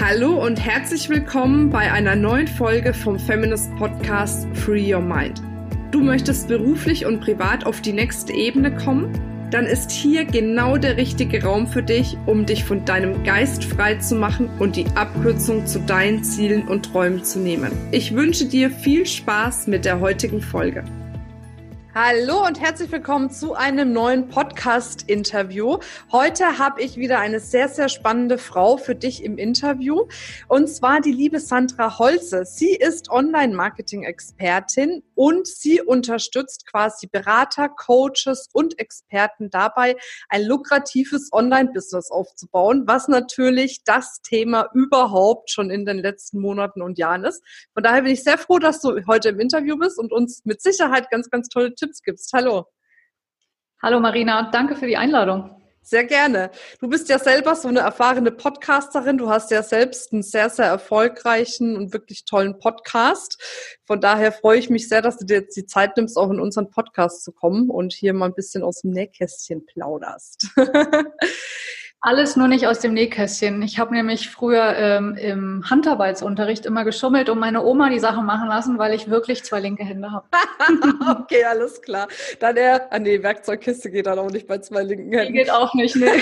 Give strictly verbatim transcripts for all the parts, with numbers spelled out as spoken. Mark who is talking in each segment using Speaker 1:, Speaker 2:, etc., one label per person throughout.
Speaker 1: Hallo und herzlich willkommen bei einer neuen Folge vom Feminist Podcast Free Your Mind. Du möchtest beruflich und privat auf die nächste Ebene kommen? Dann ist hier genau der richtige Raum für dich, um dich von deinem Geist frei zu machen und die Abkürzung zu deinen Zielen und Träumen zu nehmen. Ich wünsche dir viel Spaß mit der heutigen Folge. Hallo und herzlich willkommen zu einem neuen Podcast-Interview. Heute habe ich wieder eine sehr, sehr spannende Frau für dich im Interview, und zwar die liebe Sandra Holze. Sie ist Online-Marketing-Expertin und sie unterstützt quasi Berater, Coaches und Experten dabei, ein lukratives Online-Business aufzubauen, was natürlich das Thema überhaupt schon in den letzten Monaten und Jahren ist. Von daher bin ich sehr froh, dass du heute im Interview bist und uns mit Sicherheit ganz, ganz tolle Tipps gibst. Hallo.
Speaker 2: Hallo Marina, danke für die Einladung.
Speaker 1: Sehr gerne. Du bist ja selber so eine erfahrene Podcasterin. Du hast ja selbst einen sehr, sehr erfolgreichen und wirklich tollen Podcast. Von daher freue ich mich sehr, dass du dir jetzt die Zeit nimmst, auch in unseren Podcast zu kommen und hier mal ein bisschen aus dem Nähkästchen plauderst.
Speaker 2: Alles nur nicht aus dem Nähkästchen. Ich habe nämlich früher ähm, im Handarbeitsunterricht immer geschummelt und meine Oma die Sachen machen lassen, weil ich wirklich zwei linke Hände habe.
Speaker 1: Okay, alles klar. Dann eher, ah nee, Werkzeugkiste geht dann auch nicht bei zwei linken Händen.
Speaker 2: Die geht auch nicht, ne.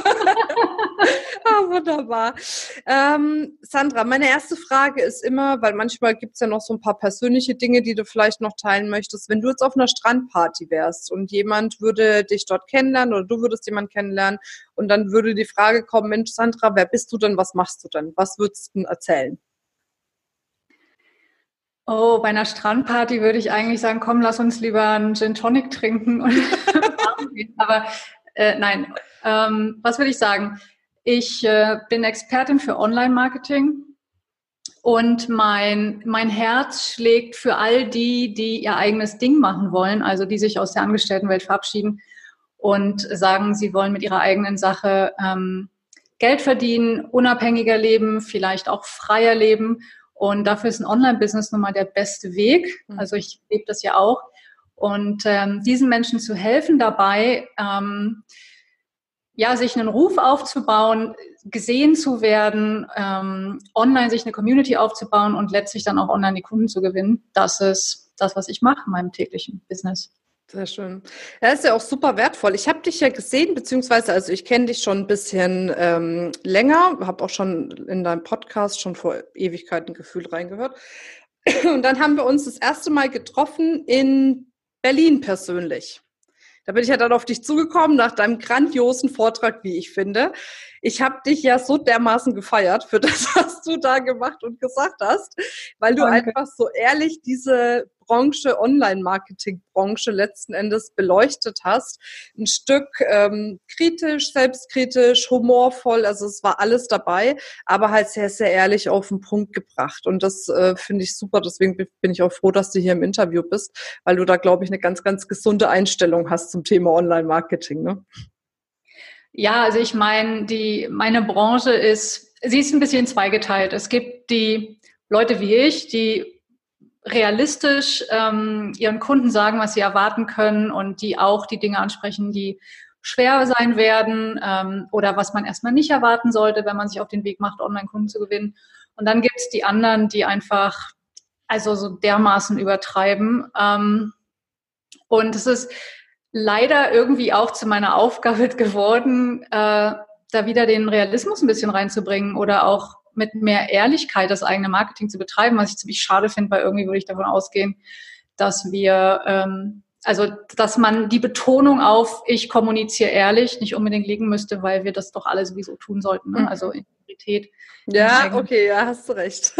Speaker 1: Ah, wunderbar. Ähm, Sandra, meine erste Frage ist immer, weil manchmal gibt es ja noch so ein paar persönliche Dinge, die du vielleicht noch teilen möchtest. Wenn du jetzt auf einer Strandparty wärst und jemand würde dich dort kennenlernen oder du würdest jemanden kennenlernen und dann würde die Frage kommen, Mensch, Sandra, wer bist du denn, was machst du denn? Was würdest du denn erzählen?
Speaker 2: Oh, bei einer Strandparty würde ich eigentlich sagen, komm, lass uns lieber einen Gin Tonic trinken. Und Aber äh, nein, ähm, was würde ich sagen? Ich äh, bin Expertin für Online-Marketing und mein, mein Herz schlägt für all die, die ihr eigenes Ding machen wollen, also die sich aus der Angestelltenwelt verabschieden und sagen, sie wollen mit ihrer eigenen Sache ähm, Geld verdienen, unabhängiger leben, vielleicht auch freier leben. Und dafür ist ein Online-Business nun mal der beste Weg. Also ich lebe das ja auch. Und ähm, diesen Menschen zu helfen dabei, ähm, ja, sich einen Ruf aufzubauen, gesehen zu werden, ähm, online sich eine Community aufzubauen und letztlich dann auch online die Kunden zu gewinnen. Das ist das, was ich mache in meinem täglichen Business.
Speaker 1: Sehr schön. Das ist ja auch super wertvoll. Ich habe dich ja gesehen, beziehungsweise, also ich kenne dich schon ein bisschen ähm, länger, habe auch schon in deinem Podcast schon vor Ewigkeiten gefühlt reingehört. Und dann haben wir uns das erste Mal getroffen in Berlin persönlich. Da bin ich ja dann auf dich zugekommen nach deinem grandiosen Vortrag, wie ich finde. Ich habe dich ja so dermaßen gefeiert für das, was du da gemacht und gesagt hast, weil du
Speaker 2: Danke.
Speaker 1: einfach so ehrlich diese Branche, Online-Marketing-Branche letzten Endes beleuchtet hast. Ein Stück ähm, kritisch, selbstkritisch, humorvoll, also es war alles dabei, aber halt sehr, sehr ehrlich auf den Punkt gebracht. Und das äh, finde ich super, deswegen bin ich auch froh, dass du hier im Interview bist, weil du da, glaube ich, eine ganz, ganz gesunde Einstellung hast zum Thema Online-Marketing, ne?
Speaker 2: Ja, also ich meine, die meine Branche ist, sie ist ein bisschen zweigeteilt. Es gibt die Leute wie ich, die realistisch ähm, ihren Kunden sagen, was sie erwarten können und die auch die Dinge ansprechen, die schwer sein werden ähm, oder was man erstmal nicht erwarten sollte, wenn man sich auf den Weg macht, Online-Kunden zu gewinnen. Und dann gibt es die anderen, die einfach also so dermaßen übertreiben. Ähm, und es ist leider irgendwie auch zu meiner Aufgabe geworden, äh, da wieder den Realismus ein bisschen reinzubringen oder auch mit mehr Ehrlichkeit das eigene Marketing zu betreiben, was ich ziemlich schade finde, weil irgendwie würde ich davon ausgehen, dass wir, ähm, also dass man die Betonung auf ich kommuniziere ehrlich nicht unbedingt legen müsste, weil wir das doch alle sowieso tun sollten, ne? Also Integrität.
Speaker 1: Ja, okay, ja, hast du recht.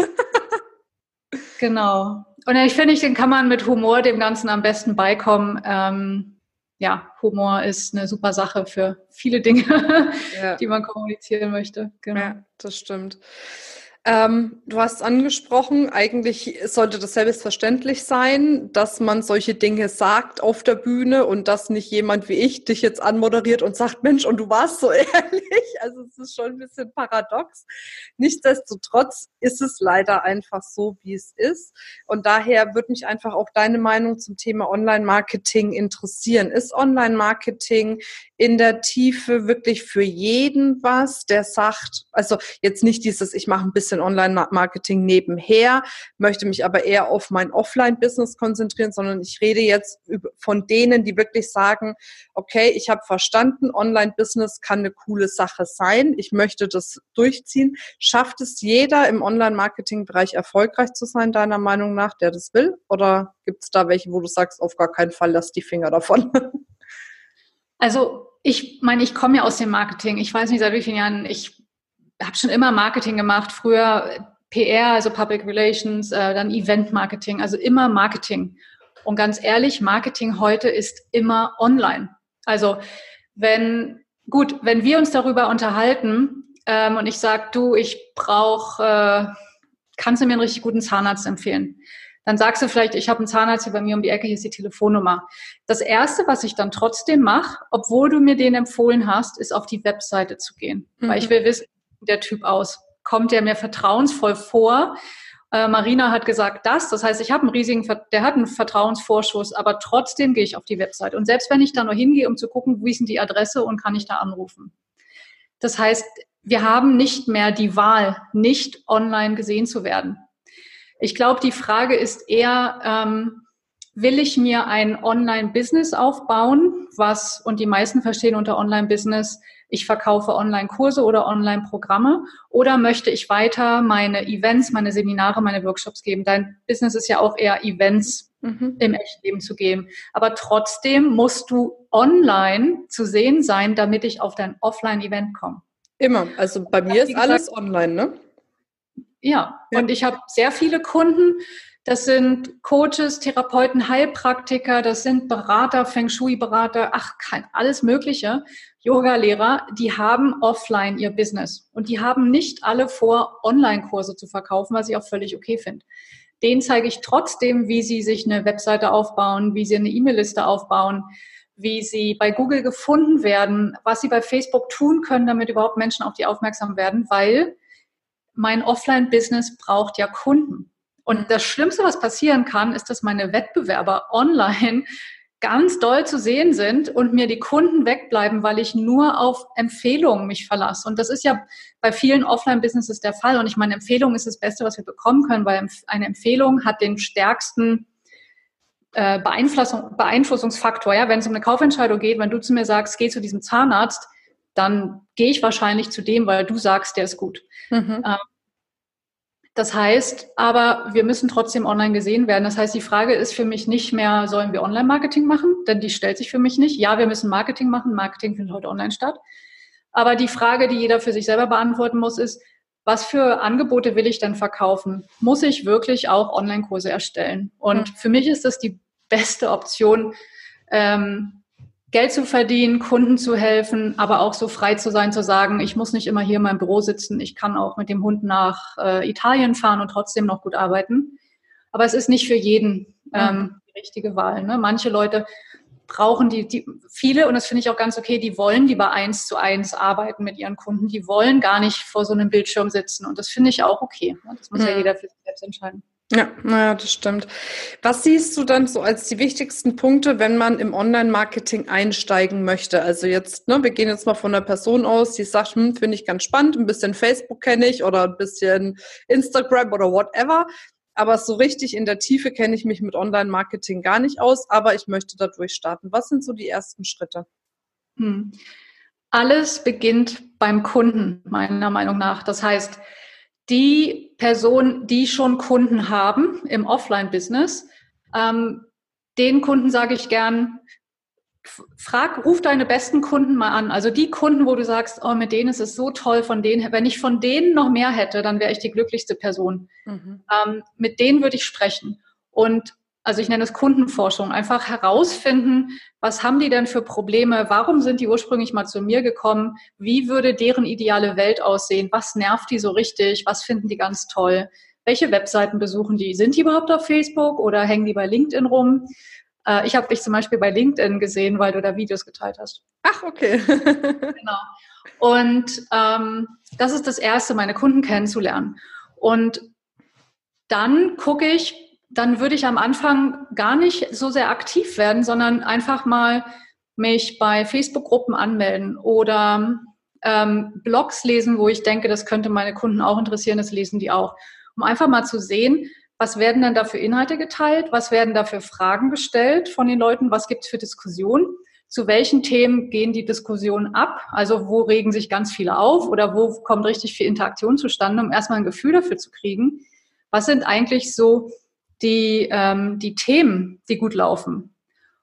Speaker 2: Genau. Und ich finde, den kann man mit Humor dem Ganzen am besten beikommen. Ähm, ja, Humor ist eine super Sache für viele Dinge, ja, die man kommunizieren möchte.
Speaker 1: Genau. Ja, das stimmt. Ähm, du hast angesprochen, eigentlich sollte das selbstverständlich sein, dass man solche Dinge sagt auf der Bühne und dass nicht jemand wie ich dich jetzt anmoderiert und sagt, Mensch, und du warst so ehrlich. Also es ist schon ein bisschen paradox. Nichtsdestotrotz ist es leider einfach so, wie es ist. Und daher würde mich einfach auch deine Meinung zum Thema Online-Marketing interessieren. Ist Online-Marketing in der Tiefe wirklich für jeden was, der sagt, also jetzt nicht dieses, ich mache ein bisschen Online-Marketing nebenher, möchte mich aber eher auf mein Offline-Business konzentrieren, sondern ich rede jetzt von denen, die wirklich sagen, okay, ich habe verstanden, Online-Business kann eine coole Sache sein, ich möchte das durchziehen. Schafft es jeder im Online-Marketing-Bereich erfolgreich zu sein, deiner Meinung nach, der das will? Oder gibt es da welche, wo du sagst, auf gar keinen Fall, lass die Finger davon?
Speaker 2: Also ich meine, ich komme ja aus dem Marketing. Ich weiß nicht, seit wie vielen Jahren. Ich habe schon immer Marketing gemacht. Früher P R, also Public Relations, äh, dann Event-Marketing, also immer Marketing. Und ganz ehrlich, Marketing heute ist immer online. Also wenn, gut, wenn wir uns darüber unterhalten ähm, und ich sage, du, ich brauche, äh, kannst du mir einen richtig guten Zahnarzt empfehlen? Dann sagst du vielleicht, ich habe einen Zahnarzt hier bei mir um die Ecke, hier ist die Telefonnummer. Das Erste, was ich dann trotzdem mache, obwohl du mir den empfohlen hast, ist auf die Webseite zu gehen. Mhm. Weil ich will wissen, wie sieht der Typ aus? Kommt der mir vertrauensvoll vor? Äh, Marina hat gesagt das. Das heißt, ich habe einen riesigen, der hat einen Vertrauensvorschuss, aber trotzdem gehe ich auf die Webseite. Und selbst wenn ich da nur hingehe, um zu gucken, wie ist denn die Adresse und kann ich da anrufen? Das heißt, wir haben nicht mehr die Wahl, nicht online gesehen zu werden. Ich glaube, die Frage ist eher, ähm, will ich mir ein Online-Business aufbauen, was, und die meisten verstehen unter Online-Business, ich verkaufe Online-Kurse oder Online-Programme, oder möchte ich weiter meine Events, meine Seminare, meine Workshops geben? Dein Business ist ja auch eher Events mhm. im Echtleben zu geben. Aber trotzdem musst du online zu sehen sein, damit ich auf dein Offline-Event komme.
Speaker 1: Immer. Also bei mir ist alles online, ne?
Speaker 2: Ja, ja, und ich habe sehr viele Kunden, das sind Coaches, Therapeuten, Heilpraktiker, das sind Berater, Feng Shui-Berater, ach, kein, alles Mögliche, Yoga-Lehrer, die haben offline ihr Business und die haben nicht alle vor, Online-Kurse zu verkaufen, was ich auch völlig okay finde. Denen zeige ich trotzdem, wie sie sich eine Webseite aufbauen, wie sie eine E-Mail-Liste aufbauen, wie sie bei Google gefunden werden, was sie bei Facebook tun können, damit überhaupt Menschen auf die aufmerksam werden, weil mein Offline-Business braucht ja Kunden. Und das Schlimmste, was passieren kann, ist, dass meine Wettbewerber online ganz doll zu sehen sind und mir die Kunden wegbleiben, weil ich nur auf Empfehlungen mich verlasse. Und das ist ja bei vielen Offline-Businesses der Fall. Und ich meine, Empfehlung ist das Beste, was wir bekommen können, weil eine Empfehlung hat den stärksten äh, Beeinflussung, Beeinflussungsfaktor. Ja? Wenn es um eine Kaufentscheidung geht, wenn du zu mir sagst, geh zu diesem Zahnarzt, dann gehe ich wahrscheinlich zu dem, weil du sagst, der ist gut. Mhm. Ähm, das heißt, aber wir müssen trotzdem online gesehen werden. Das heißt, die Frage ist für mich nicht mehr, sollen wir Online-Marketing machen? Denn die stellt sich für mich nicht. Ja, wir müssen Marketing machen. Marketing findet heute online statt. Aber die Frage, die jeder für sich selber beantworten muss, ist, was für Angebote will ich denn verkaufen? Muss ich wirklich auch Online-Kurse erstellen? Und mhm. für mich ist das die beste Option, ähm, Geld zu verdienen, Kunden zu helfen, aber auch so frei zu sein, zu sagen, ich muss nicht immer hier in meinem Büro sitzen, ich kann auch mit dem Hund nach äh, Italien fahren und trotzdem noch gut arbeiten. Aber es ist nicht für jeden ähm, die richtige Wahl. Ne? Manche Leute brauchen die, die viele, und das finde ich auch ganz okay, die wollen lieber eins zu eins arbeiten mit ihren Kunden, die wollen gar nicht vor so einem Bildschirm sitzen und das finde ich auch okay. Ne? Das muss mhm. ja jeder für sich selbst entscheiden.
Speaker 1: Ja, naja, das stimmt. Was siehst du dann so als die wichtigsten Punkte, wenn man im Online-Marketing einsteigen möchte? Also jetzt, ne, wir gehen jetzt mal von einer Person aus, die sagt, hm, finde ich ganz spannend, ein bisschen Facebook kenne ich oder ein bisschen Instagram oder whatever. Aber so richtig in der Tiefe kenne ich mich mit Online-Marketing gar nicht aus, aber ich möchte da durchstarten. Was sind so die ersten Schritte?
Speaker 2: Hm. Alles beginnt beim Kunden, meiner Meinung nach. Das heißt, die Personen, die schon Kunden haben im Offline-Business, ähm, den Kunden sage ich gern, frag, ruf deine besten Kunden mal an. Also die Kunden, wo du sagst, oh, mit denen ist es so toll, von denen, wenn ich von denen noch mehr hätte, dann wäre ich die glücklichste Person. Mhm. Ähm, mit denen würde ich sprechen. Und also ich nenne es Kundenforschung, einfach herausfinden, was haben die denn für Probleme, warum sind die ursprünglich mal zu mir gekommen, wie würde deren ideale Welt aussehen, was nervt die so richtig, was finden die ganz toll, welche Webseiten besuchen die, sind die überhaupt auf Facebook oder hängen die bei LinkedIn rum? Äh, ich habe dich zum Beispiel bei LinkedIn gesehen, weil du da Videos geteilt hast.
Speaker 1: Ach, okay.
Speaker 2: Genau. Und ähm, das ist das Erste, meine Kunden kennenzulernen. Und dann gucke ich, dann würde ich am Anfang gar nicht so sehr aktiv werden, sondern einfach mal mich bei Facebook-Gruppen anmelden oder ähm, Blogs lesen, wo ich denke, das könnte meine Kunden auch interessieren, das lesen die auch. Um einfach mal zu sehen, was werden denn da für Inhalte geteilt, was werden da für Fragen gestellt von den Leuten, was gibt es für Diskussionen, zu welchen Themen gehen die Diskussionen ab, also wo regen sich ganz viele auf oder wo kommt richtig viel Interaktion zustande, um erstmal ein Gefühl dafür zu kriegen, was sind eigentlich so die, ähm, die Themen, die gut laufen.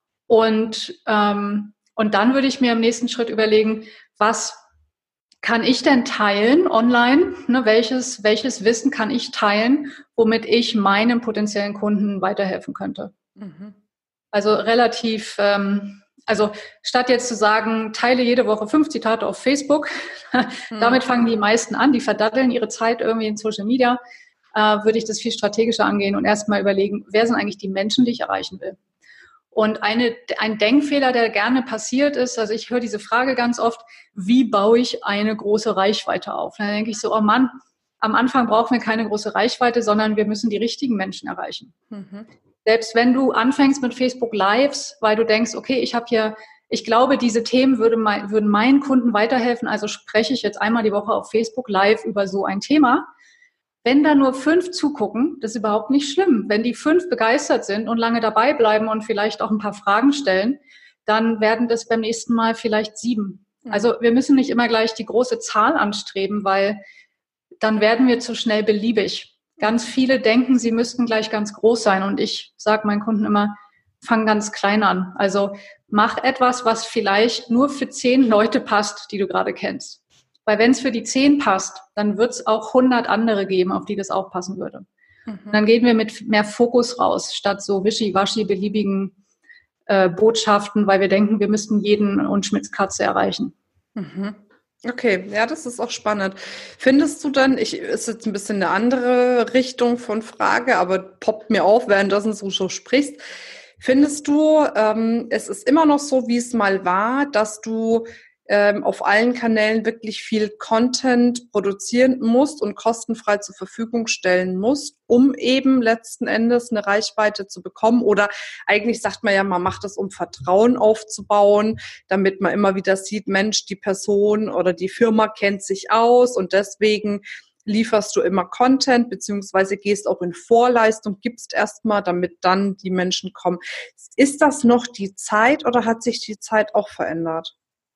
Speaker 2: Und, ähm, und dann würde ich mir im nächsten Schritt überlegen, was kann ich denn teilen online? Ne, welches, welches Wissen kann ich teilen, womit ich meinen potenziellen Kunden weiterhelfen könnte? Mhm. Also relativ, ähm, also statt jetzt zu sagen, teile jede Woche fünf Zitate auf Facebook, mhm. damit fangen die meisten an, die verdatteln ihre Zeit irgendwie in Social Media, äh, würde ich das viel strategischer angehen und erstmal überlegen, wer sind eigentlich die Menschen, die ich erreichen will. Und eine, ein Denkfehler, der gerne passiert ist, also ich höre diese Frage ganz oft, wie baue ich eine große Reichweite auf? Und dann denke ich so, oh Mann, am Anfang brauchen wir keine große Reichweite, sondern wir müssen die richtigen Menschen erreichen. Mhm. Selbst wenn du anfängst mit Facebook Lives, weil du denkst, okay, ich habe hier, ich glaube, diese Themen würde mein, würden meinen Kunden weiterhelfen, also spreche ich jetzt einmal die Woche auf Facebook Live über so ein Thema. Wenn da nur fünf zugucken, das ist überhaupt nicht schlimm. Wenn die fünf begeistert sind und lange dabei bleiben und vielleicht auch ein paar Fragen stellen, dann werden das beim nächsten Mal vielleicht sieben. Mhm. Also wir müssen nicht immer gleich die große Zahl anstreben, weil dann werden wir zu schnell beliebig. Ganz viele denken, sie müssten gleich ganz groß sein. Und ich sage meinen Kunden immer, fang ganz klein an. Also mach etwas, was vielleicht nur für zehn Leute passt, die du gerade kennst. Weil wenn es für die zehn passt, dann wird es auch hundert andere geben, auf die das auch passen würde. Mhm. Dann gehen wir mit mehr Fokus raus, statt so wischiwaschi beliebigen äh, Botschaften, weil wir denken, wir müssten jeden und Schmitzkatze erreichen.
Speaker 1: Mhm. Okay, ja, das ist auch spannend. Findest du dann, ich ist jetzt ein bisschen eine andere Richtung von Frage, aber poppt mir auf, währenddessen du so sprichst. Findest du, ähm, es ist immer noch so, wie es mal war, dass du ähm, auf allen Kanälen wirklich viel Content produzieren musst und kostenfrei zur Verfügung stellen musst, um eben letzten Endes eine Reichweite zu bekommen? Oder eigentlich sagt man ja, man macht das, um Vertrauen aufzubauen, damit man immer wieder sieht, Mensch, die Person oder die Firma kennt sich aus und deswegen lieferst du immer Content, beziehungsweise gehst auch in Vorleistung, gibst erstmal, damit dann die Menschen kommen. Ist das noch die Zeit oder hat sich die Zeit auch verändert?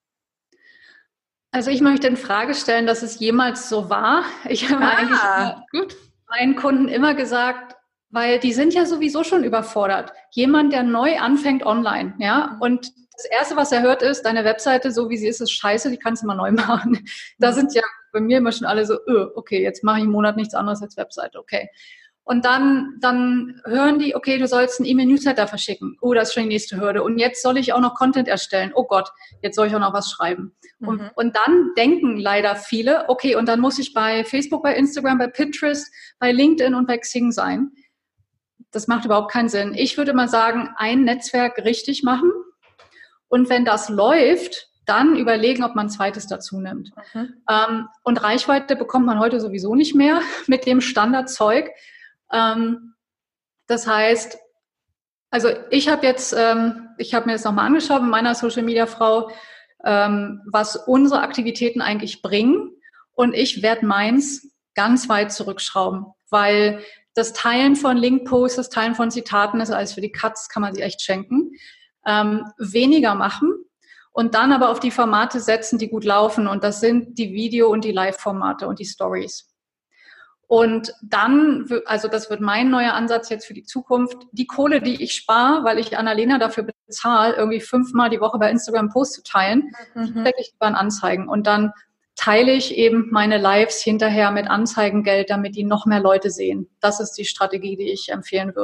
Speaker 2: Also ich möchte in Frage stellen, dass es jemals so war. Ich habe ah, eigentlich gut. meinen Kunden immer gesagt, weil die sind ja sowieso schon überfordert. Jemand, der neu anfängt online, ja, und das Erste, was er hört, ist, deine Webseite, so wie sie ist, ist scheiße, die kannst du mal neu machen. Da sind ja bei mir immer schon alle so, öh, okay, jetzt mache ich im Monat nichts anderes als Webseite, okay. Und dann, dann hören die, okay, du sollst einen E-Mail-Newsletter verschicken. Oh, das ist schon die nächste Hürde. Und jetzt soll ich auch noch Content erstellen. Oh Gott, jetzt soll ich auch noch was schreiben. Mhm. Und, und dann denken leider viele, okay, und dann muss ich bei Facebook, bei Instagram, bei Pinterest, bei LinkedIn und bei Xing sein. Das macht überhaupt keinen Sinn. Ich würde mal sagen, ein Netzwerk richtig machen. Und wenn das läuft, dann überlegen, ob man ein zweites dazu nimmt. Mhm. Ähm, und Reichweite bekommt man heute sowieso nicht mehr mit dem Standardzeug. Ähm, das heißt, also ich habe jetzt, ähm, ich habe mir das nochmal angeschaut mit meiner Social-Media-Frau, ähm, was unsere Aktivitäten eigentlich bringen. Und ich werde meins ganz weit zurückschrauben, weil das Teilen von Link-Posts, das Teilen von Zitaten ist alles für die Katz, kann man sich echt schenken. Ähm, weniger machen und dann aber auf die Formate setzen, die gut laufen. Und das sind die Video- und die Live-Formate und die Stories. Und dann, also das wird mein neuer Ansatz jetzt für die Zukunft, die Kohle, die ich spare, weil ich Annalena dafür bezahle, irgendwie fünfmal die Woche bei Instagram Post zu teilen, mhm. stecke ich lieber in Anzeigen. Und dann teile ich eben meine Lives hinterher mit Anzeigengeld, damit die noch mehr Leute sehen. Das ist die Strategie, die ich empfehlen würde.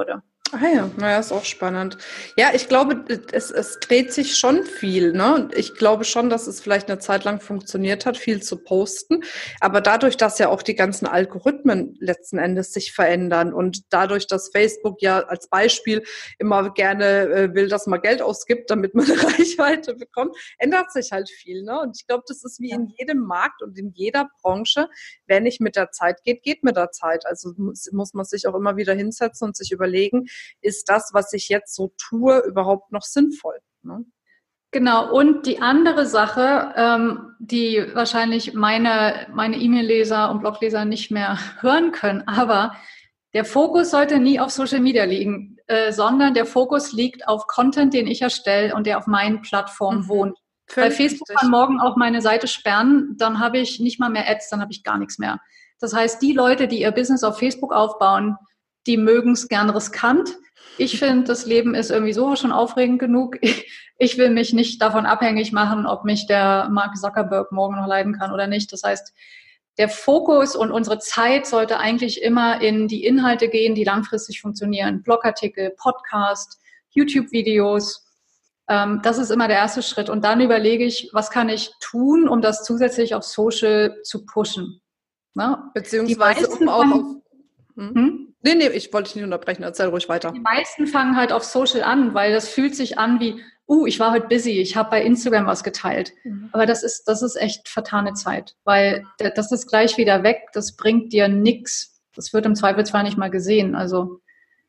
Speaker 1: Ah ja, naja, ist auch spannend. Ja, ich glaube, es, es dreht sich schon viel, ne? Und ich glaube schon, dass es vielleicht eine Zeit lang funktioniert hat, viel zu posten. Aber dadurch, dass ja auch die ganzen Algorithmen letzten Endes sich verändern und dadurch, dass Facebook ja als Beispiel immer gerne äh, will, dass man Geld ausgibt, damit man eine Reichweite bekommt, ändert sich halt viel, ne? Und ich glaube, das ist wie
Speaker 2: Ja.
Speaker 1: in jedem Markt und in jeder Branche. Wer nicht mit der Zeit geht, geht mit der Zeit. Also muss, muss man sich auch immer wieder hinsetzen und sich überlegen, ist das, was ich jetzt so tue, überhaupt noch sinnvoll? Ne?
Speaker 2: Genau, und die andere Sache, ähm, die wahrscheinlich meine meine E-Mail-Leser und Blogleser nicht mehr hören können, aber der Fokus sollte nie auf Social Media liegen, äh, sondern der Fokus liegt auf Content, den ich erstelle und der auf meinen Plattformen
Speaker 1: Mhm.
Speaker 2: wohnt. Weil
Speaker 1: Völlig
Speaker 2: Facebook
Speaker 1: richtig.
Speaker 2: kann morgen auch meine Seite sperren, dann habe ich nicht mal mehr Ads, dann habe ich gar nichts mehr. Das heißt, die Leute, die ihr Business auf Facebook aufbauen, die mögen es gern riskant. Ich finde, das Leben ist irgendwie so schon aufregend genug. Ich, ich will mich nicht davon abhängig machen, ob mich der Mark Zuckerberg morgen noch leiden kann oder nicht. Das heißt, der Fokus und unsere Zeit sollte eigentlich immer in die Inhalte gehen, die langfristig funktionieren. Blogartikel, Podcast, YouTube-Videos. Ähm, das ist immer der erste Schritt. Und dann überlege ich, was kann ich tun, um das zusätzlich auf Social zu pushen. Ne?
Speaker 1: Beziehungsweise um auch auf... Hm?
Speaker 2: Hm?
Speaker 1: Nee, nee, ich wollte dich nicht unterbrechen. Erzähl ruhig weiter.
Speaker 2: Die meisten fangen halt auf Social an, weil das fühlt sich an wie, uh, ich war heute busy, ich habe bei Instagram was geteilt. Mhm. Aber das ist, das ist echt vertane Zeit, weil das ist gleich wieder weg, das bringt dir nix. Das wird im Zweifelsfall nicht mal gesehen. Also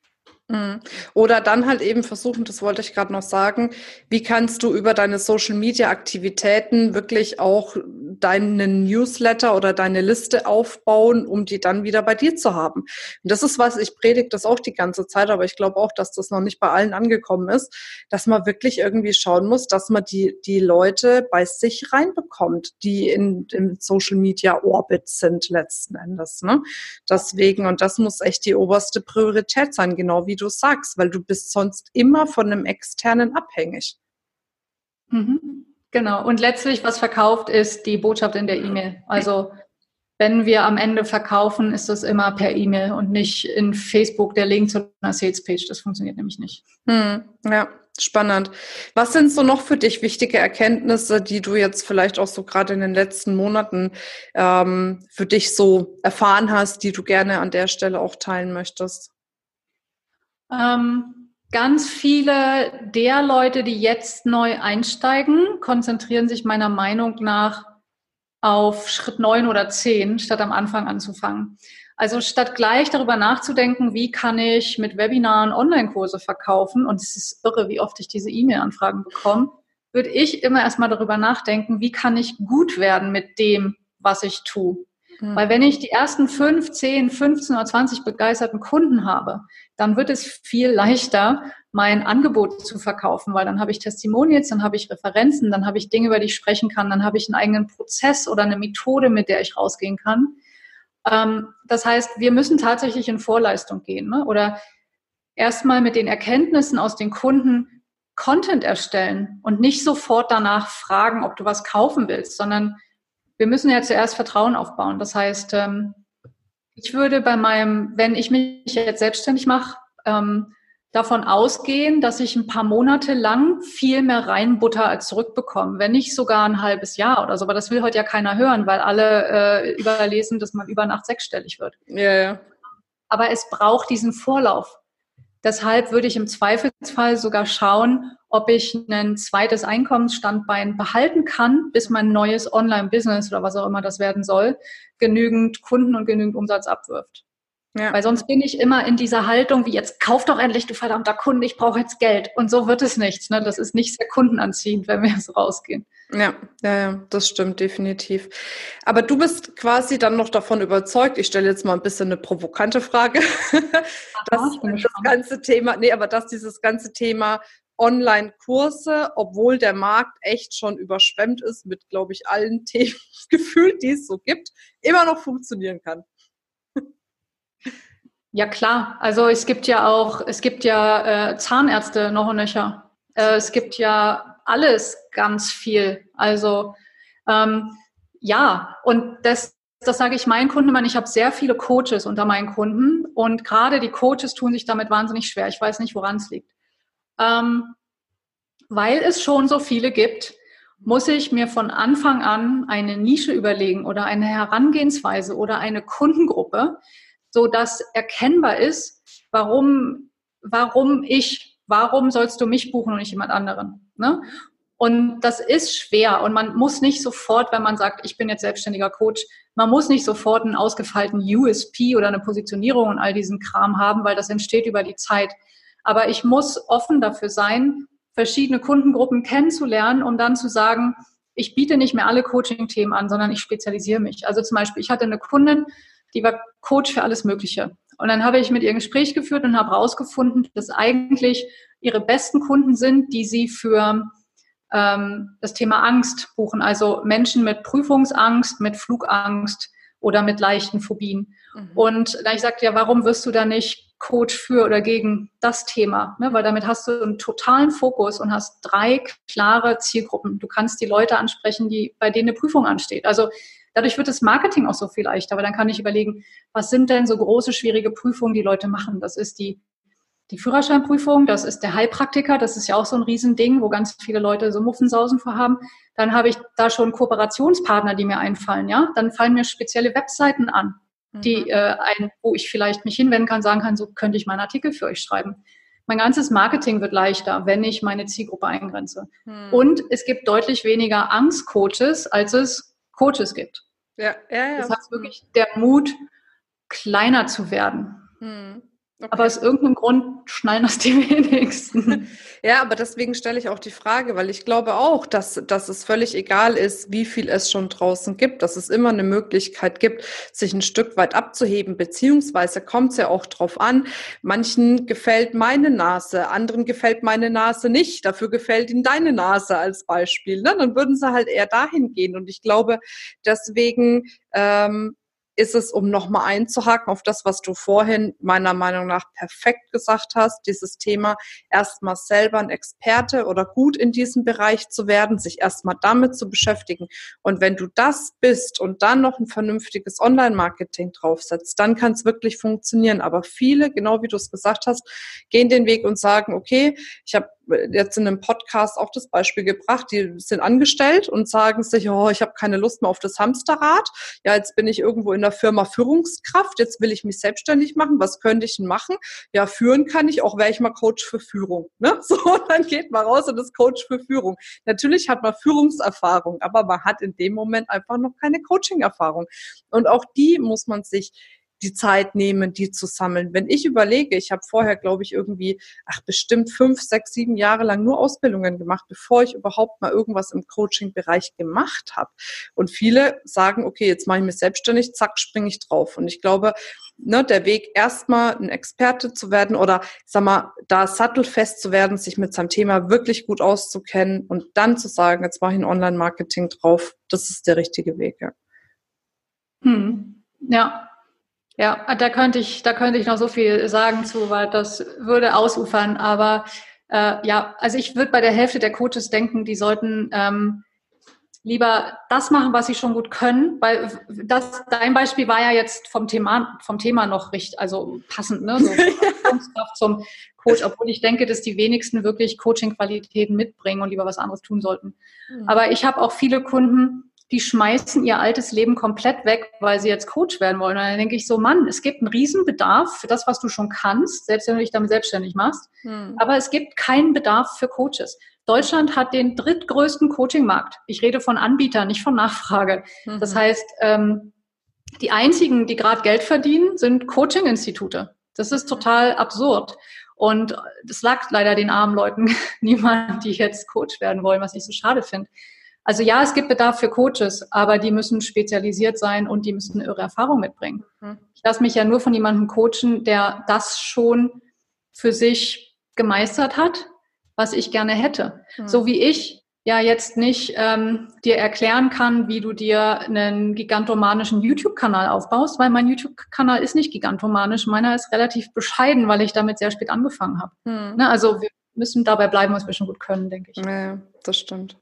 Speaker 1: oder dann halt eben versuchen, das wollte ich gerade noch sagen, wie kannst du über deine Social-Media-Aktivitäten wirklich auch deinen Newsletter oder deine Liste aufbauen, um die dann wieder bei dir zu haben. Und das ist was, ich predige das auch die ganze Zeit, aber ich glaube auch, dass das noch nicht bei allen angekommen ist, dass man wirklich irgendwie schauen muss, dass man die, die Leute bei sich reinbekommt, die in, im Social-Media-Orbit sind letzten Endes. Ne? Deswegen, und das muss echt die oberste Priorität sein, genau wie du sagst, weil du bist sonst immer von einem Externen abhängig.
Speaker 2: Mhm. Genau. Und letztlich, was verkauft, ist die Botschaft in der E-Mail. Also wenn wir am Ende verkaufen, ist das immer per E-Mail und nicht in Facebook der Link zu einer Sales-Page. Das funktioniert nämlich nicht.
Speaker 1: Hm, ja, spannend. Was sind so noch für dich wichtige Erkenntnisse, die du jetzt vielleicht auch so gerade in den letzten Monaten ähm, für dich so erfahren hast, die du gerne an der Stelle auch teilen möchtest?
Speaker 2: Ähm, ganz viele der Leute, die jetzt neu einsteigen, konzentrieren sich meiner Meinung nach auf Schritt neun oder zehn, statt am Anfang anzufangen. Also statt gleich darüber nachzudenken, wie kann ich mit Webinaren Online-Kurse verkaufen, und es ist irre, wie oft ich diese E-Mail-Anfragen bekomme, würde ich immer erstmal darüber nachdenken, wie kann ich gut werden mit dem, was ich tue. Mhm. Weil wenn ich die ersten fünf, zehn, fünfzehn oder zwanzig begeisterten Kunden habe, dann wird es viel leichter, mein Angebot zu verkaufen, weil dann habe ich Testimonials, dann habe ich Referenzen, dann habe ich Dinge, über die ich sprechen kann, dann habe ich einen eigenen Prozess oder eine Methode, mit der ich rausgehen kann. Ähm, das heißt, wir müssen tatsächlich in Vorleistung gehen, ne? Oder erstmal mit den Erkenntnissen aus den Kunden Content erstellen und nicht sofort danach fragen, ob du was kaufen willst, sondern wir müssen ja zuerst Vertrauen aufbauen. Das heißt, ähm, ich würde bei meinem, wenn ich mich jetzt selbstständig mache, ähm, davon ausgehen, dass ich ein paar Monate lang viel mehr reinbutter als zurückbekomme, wenn nicht sogar ein halbes Jahr oder so. Aber das will heute ja keiner hören, weil alle äh, überlesen, dass man über Nacht sechsstellig wird.
Speaker 1: Ja, ja.
Speaker 2: Aber es braucht diesen Vorlauf. Deshalb würde ich im Zweifelsfall sogar schauen, ob ich ein zweites Einkommensstandbein behalten kann, bis mein neues Online-Business oder was auch immer das werden soll, genügend Kunden und genügend Umsatz abwirft. Ja. Weil sonst bin ich immer in dieser Haltung, wie jetzt kauf doch endlich, du verdammter Kunde, ich brauche jetzt Geld. Und so wird es nichts. Ne? Das ist nicht sehr kundenanziehend, wenn wir so rausgehen.
Speaker 1: Ja, ja, ja, das stimmt definitiv. Aber du bist quasi dann noch davon überzeugt, ich stelle jetzt mal ein bisschen eine provokante Frage, dass das ganze Thema, nee, aber dass dieses ganze Thema Online-Kurse, obwohl der Markt echt schon überschwemmt ist mit, glaube ich, allen Themen gefühlt, die es so gibt, immer noch funktionieren kann.
Speaker 2: Ja, klar. Also es gibt ja auch, es gibt ja äh, Zahnärzte noch und nöcher. Äh, es gibt ja alles ganz viel. Also ähm, ja, und das, das sage ich meinen Kunden immer, ich habe sehr viele Coaches unter meinen Kunden und gerade die Coaches tun sich damit wahnsinnig schwer. Ich weiß nicht, woran es liegt. Ähm, weil es schon so viele gibt, muss ich mir von Anfang an eine Nische überlegen oder eine Herangehensweise oder eine Kundengruppe, so dass erkennbar ist, warum, warum ich, warum sollst du mich buchen und nicht jemand anderen, ne? Und das ist schwer und man muss nicht sofort, wenn man sagt, ich bin jetzt selbstständiger Coach, man muss nicht sofort einen ausgefeilten U S P oder eine Positionierung und all diesen Kram haben, weil das entsteht über die Zeit. Aber ich muss offen dafür sein, verschiedene Kundengruppen kennenzulernen, um dann zu sagen, ich biete nicht mehr alle Coaching-Themen an, sondern ich spezialisiere mich. Also zum Beispiel, ich hatte eine Kundin, die war Coach für alles Mögliche. Und dann habe ich mit ihr ein Gespräch geführt und habe herausgefunden, dass eigentlich ihre besten Kunden sind, die sie für ähm, das Thema Angst buchen. Also Menschen mit Prüfungsangst, mit Flugangst oder mit leichten Phobien. Mhm. Und da ich sagte, ja, warum wirst du da nicht Coach für oder gegen das Thema? Ne? Weil damit hast du einen totalen Fokus und hast drei klare Zielgruppen. Du kannst die Leute ansprechen, die, bei denen eine Prüfung ansteht. Also dadurch wird das Marketing auch so viel leichter, weil dann kann ich überlegen, was sind denn so große, schwierige Prüfungen, die Leute machen? Das ist die, die Führerscheinprüfung, das ist der Heilpraktiker, das ist ja auch so ein Riesending, wo ganz viele Leute so Muffensausen vorhaben. Dann habe ich da schon Kooperationspartner, die mir einfallen, ja. Dann fallen mir spezielle Webseiten an, die, mhm. äh, ein, wo ich vielleicht mich hinwenden kann, sagen kann, so könnte ich meinen Artikel für euch schreiben. Mein ganzes Marketing wird leichter, wenn ich meine Zielgruppe eingrenze. Mhm. Und es gibt deutlich weniger Angstcoaches, als es Coaches gibt.
Speaker 1: Ja, ja, ja.
Speaker 2: Das heißt wirklich der Mut, kleiner zu werden. Mhm. Okay. Aber aus irgendeinem Grund schnallen das die wenigsten.
Speaker 1: Ja, aber deswegen stelle ich auch die Frage, weil ich glaube auch, dass, dass es völlig egal ist, wie viel es schon draußen gibt, dass es immer eine Möglichkeit gibt, sich ein Stück weit abzuheben, beziehungsweise kommt es ja auch drauf an, manchen gefällt meine Nase, anderen gefällt meine Nase nicht, dafür gefällt ihnen deine Nase als Beispiel, ne? Dann würden sie halt eher dahin gehen und ich glaube, deswegen ähm, ist es, um nochmal einzuhaken auf das, was du vorhin meiner Meinung nach perfekt gesagt hast, dieses Thema erstmal selber ein Experte oder gut in diesem Bereich zu werden, sich erstmal damit zu beschäftigen. Und wenn du das bist und dann noch ein vernünftiges Online-Marketing draufsetzt, dann kann es wirklich funktionieren. Aber viele, genau wie du es gesagt hast, gehen den Weg und sagen, okay, ich habe jetzt in einem Podcast auch das Beispiel gebracht, die sind angestellt und sagen sich, oh, ich habe keine Lust mehr auf das Hamsterrad. Ja, jetzt bin ich irgendwo in der Firma Führungskraft, jetzt will ich mich selbstständig machen. Was könnte ich denn machen? Ja, führen kann ich, auch wäre ich mal Coach für Führung. Ne? So, dann geht man raus und ist Coach für Führung. Natürlich hat man Führungserfahrung, aber man hat in dem Moment einfach noch keine Coaching-Erfahrung. Und auch die muss man sich die Zeit nehmen, die zu sammeln. Wenn ich überlege, ich habe vorher, glaube ich, irgendwie, ach bestimmt fünf, sechs, sieben Jahre lang nur Ausbildungen gemacht, bevor ich überhaupt mal irgendwas im Coaching-Bereich gemacht habe. Und viele sagen, okay, jetzt mache ich mich selbstständig, zack, springe ich drauf. Und ich glaube, ne, der Weg, erstmal ein Experte zu werden oder, sag mal, da sattelfest zu werden, sich mit seinem Thema wirklich gut auszukennen und dann zu sagen, jetzt mache ich ein Online-Marketing drauf, das ist der richtige Weg, ja.
Speaker 2: Hm. Ja. Ja, da könnte ich, da könnte ich noch so viel sagen zu, weil das würde ausufern. Aber äh, ja, also ich würde bei der Hälfte der Coaches denken, die sollten ähm, lieber das machen, was sie schon gut können, weil das dein Beispiel war ja jetzt vom Thema vom Thema noch richtig, also passend, ne, so Führungskraft zum Coach, obwohl ich denke, dass die wenigsten wirklich Coaching-Qualitäten mitbringen und lieber was anderes tun sollten. Mhm. Aber ich habe auch viele Kunden, die schmeißen ihr altes Leben komplett weg, weil sie jetzt Coach werden wollen. Und dann denke ich so, Mann, es gibt einen Riesenbedarf für das, was du schon kannst, selbst wenn du dich damit selbstständig machst. Hm. Aber es gibt keinen Bedarf für Coaches. Deutschland hat den drittgrößten Coaching-Markt. Ich rede von Anbietern, nicht von Nachfrage. Mhm. Das heißt, ähm, die einzigen, die gerade Geld verdienen, sind Coaching-Institute. Das ist total absurd. Und das lag leider den armen Leuten niemand, die jetzt Coach werden wollen, was ich so schade finde. Also ja, es gibt Bedarf für Coaches, aber die müssen spezialisiert sein und die müssen ihre Erfahrung mitbringen. Mhm. Ich lasse mich ja nur von jemandem coachen, der das schon für sich gemeistert hat, was ich gerne hätte. Mhm. So wie ich ja jetzt nicht ähm, dir erklären kann, wie du dir einen gigantomanischen YouTube-Kanal aufbaust, weil mein YouTube-Kanal ist nicht gigantomanisch, meiner ist relativ bescheiden, weil ich damit sehr spät angefangen habe. Mhm. Ne, also wir müssen dabei bleiben, was wir schon gut können, denke ich.
Speaker 1: Ja, das stimmt.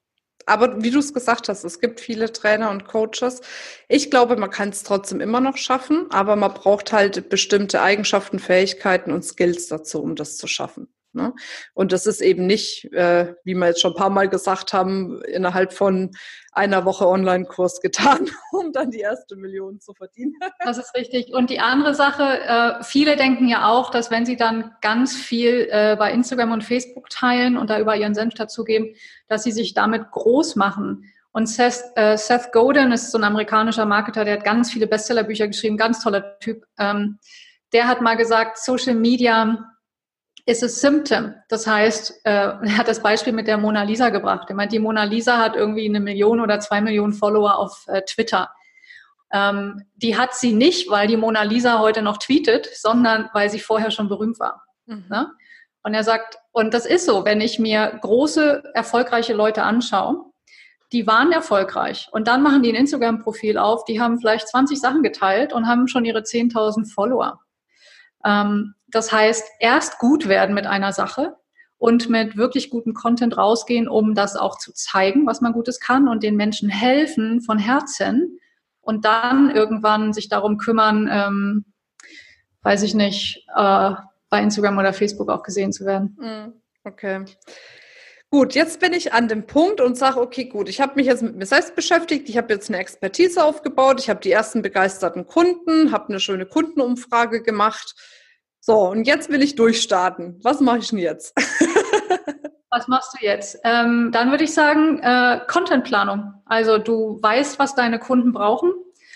Speaker 1: Aber wie du es gesagt hast, es gibt viele Trainer und Coaches. Ich glaube, man kann es trotzdem immer noch schaffen, aber man braucht halt bestimmte Eigenschaften, Fähigkeiten und Skills dazu, um das zu schaffen. Ne? Und das ist eben nicht, äh, wie wir jetzt schon ein paar Mal gesagt haben, innerhalb von einer Woche Online-Kurs getan, um dann die erste Million zu verdienen.
Speaker 2: Das ist richtig. Und die andere Sache, äh, viele denken ja auch, dass wenn sie dann ganz viel äh, bei Instagram und Facebook teilen und da über ihren Senf dazugeben, dass sie sich damit groß machen. Und Seth, äh, Seth Godin ist so ein amerikanischer Marketer, der hat ganz viele Bestsellerbücher geschrieben, ganz toller Typ. Ähm, der hat mal gesagt, Social Media ist a symptom. Das heißt, äh, er hat das Beispiel mit der Mona Lisa gebracht. Er meint, die Mona Lisa hat irgendwie eine Million oder zwei Millionen Follower auf äh, Twitter. Ähm, die hat sie nicht, weil die Mona Lisa heute noch tweetet, sondern weil sie vorher schon berühmt war. Mhm. Ne? Und er sagt, und das ist so, wenn ich mir große, erfolgreiche Leute anschaue, die waren erfolgreich und dann machen die ein Instagram-Profil auf, die haben vielleicht zwanzig Sachen geteilt und haben schon ihre zehntausend Follower. Ähm, das heißt, erst gut werden mit einer Sache und mit wirklich gutem Content rausgehen, um das auch zu zeigen, was man Gutes kann und den Menschen helfen von Herzen und dann irgendwann sich darum kümmern, ähm, weiß ich nicht, äh, bei Instagram oder Facebook auch gesehen zu werden.
Speaker 1: Okay. Gut, jetzt bin ich an dem Punkt und sage, okay, gut, ich habe mich jetzt mit mir selbst beschäftigt, ich habe jetzt eine Expertise aufgebaut, ich habe die ersten begeisterten Kunden, habe eine schöne Kundenumfrage gemacht. So, und jetzt will ich durchstarten. Was mache ich denn jetzt?
Speaker 2: Was machst du jetzt? Ähm, dann würde ich sagen, äh, Contentplanung. Also du weißt, was deine Kunden brauchen.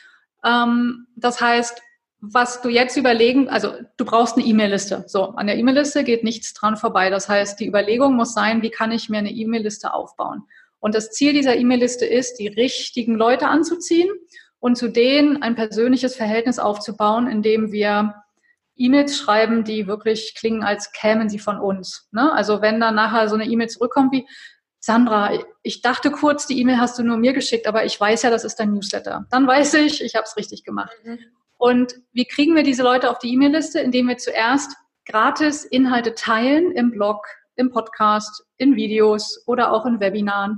Speaker 2: Ähm, das heißt, was du jetzt überlegen, also du brauchst eine E-Mail-Liste. So, an der E-Mail-Liste geht nichts dran vorbei. Das heißt, die Überlegung muss sein, wie kann ich mir eine E-Mail-Liste aufbauen? Und das Ziel dieser E-Mail-Liste ist, die richtigen Leute anzuziehen und zu denen ein persönliches Verhältnis aufzubauen, indem wir E-Mails schreiben, die wirklich klingen, als kämen sie von uns. Ne? Also wenn dann nachher so eine E-Mail zurückkommt wie, Sandra, ich dachte kurz, die E-Mail hast du nur mir geschickt, aber ich weiß ja, das ist dein Newsletter. Dann weiß ich, ich habe es richtig gemacht. Mhm. Und wie kriegen wir diese Leute auf die E-Mail-Liste? Indem wir zuerst gratis Inhalte teilen im Blog, im Podcast, in Videos oder auch in Webinaren.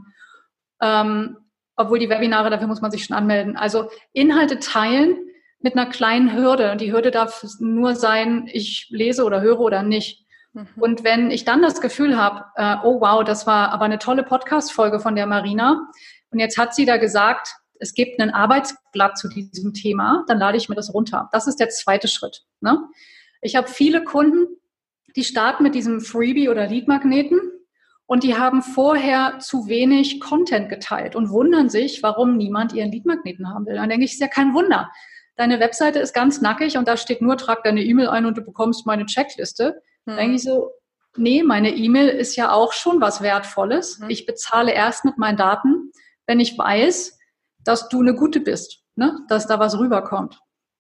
Speaker 2: Ähm, obwohl die Webinare, dafür muss man sich schon anmelden. Also Inhalte teilen mit einer kleinen Hürde. Und die Hürde darf nur sein, ich lese oder höre oder nicht. Mhm. Und wenn ich dann das Gefühl habe, äh, oh wow, das war aber eine tolle Podcast-Folge von der Marina. Und jetzt hat sie da gesagt, es gibt ein Arbeitsblatt zu diesem Thema, dann lade ich mir das runter. Das ist der zweite Schritt. Ne? Ich habe viele Kunden, die starten mit diesem Freebie oder Leadmagneten und die haben vorher zu wenig Content geteilt und wundern sich, warum niemand ihren Leadmagneten haben will. Dann denke ich, ist ja kein Wunder. Deine Webseite ist ganz nackig und da steht nur, trag deine E-Mail ein und du bekommst meine Checkliste. Hm. Dann denke ich so, nee, meine E-Mail ist ja auch schon was Wertvolles. Hm. Ich bezahle erst mit meinen Daten, wenn ich weiß, dass du eine Gute bist, ne? Dass da was rüberkommt.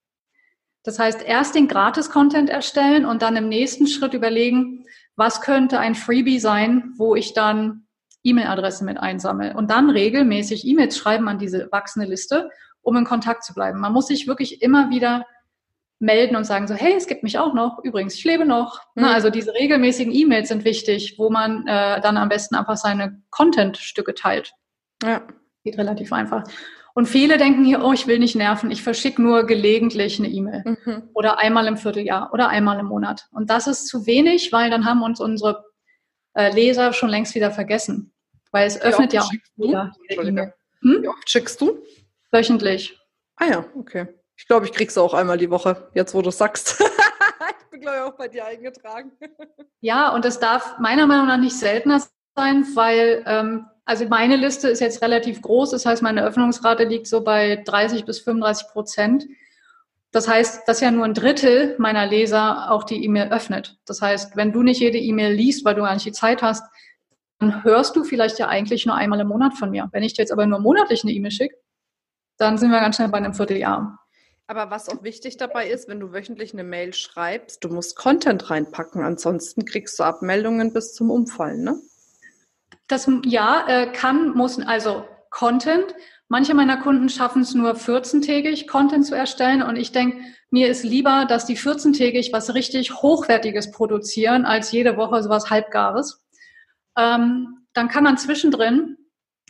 Speaker 2: Das heißt, erst den Gratis-Content erstellen und dann im nächsten Schritt überlegen, was könnte ein Freebie sein, wo ich dann E-Mail-Adressen mit einsammle und dann regelmäßig E-Mails schreiben an diese wachsende Liste, um in Kontakt zu bleiben. Man muss sich wirklich immer wieder melden und sagen so, hey, es gibt mich auch noch, übrigens, ich lebe noch. Mhm. Na, also diese regelmäßigen E-Mails sind wichtig, wo man äh, dann am besten einfach seine Content-Stücke teilt. Ja. Geht relativ einfach. Und viele denken hier, oh, ich will nicht nerven, ich verschicke nur gelegentlich eine E-Mail mhm. oder einmal im Vierteljahr oder einmal im Monat. Und das ist zu wenig, weil dann haben uns unsere äh, Leser schon längst wieder vergessen. Weil es Wie öffnet ja auch wieder E-Mail. Hm?
Speaker 1: Wie oft schickst du?
Speaker 2: Wöchentlich.
Speaker 1: Ah ja, okay. Ich glaube, ich krieg sie auch einmal die Woche, jetzt wo du es sagst. Ich bin, glaube ich, auch bei dir eingetragen.
Speaker 2: Ja, und es darf meiner Meinung nach nicht seltener sein, weil ähm, also meine Liste ist jetzt relativ groß, das heißt, meine Öffnungsrate liegt so bei dreißig bis fünfunddreißig Prozent. Das heißt, dass ja nur ein Drittel meiner Leser auch die E-Mail öffnet. Das heißt, wenn du nicht jede E-Mail liest, weil du gar nicht die Zeit hast, dann hörst du vielleicht ja eigentlich nur einmal im Monat von mir. Wenn ich dir jetzt aber nur monatlich eine E-Mail schicke, dann sind wir ganz schnell bei einem Vierteljahr.
Speaker 1: Aber was auch wichtig dabei ist, wenn du wöchentlich eine Mail schreibst, du musst Content reinpacken, ansonsten kriegst du Abmeldungen bis zum Umfallen, ne?
Speaker 2: Das, ja, äh, kann, muss, also Content. Manche meiner Kunden schaffen es nur vierzehntägig, Content zu erstellen. Und ich denke, mir ist lieber, dass die vierzehntägig was richtig Hochwertiges produzieren, als jede Woche sowas Halbgares. Ähm, dann kann man zwischendrin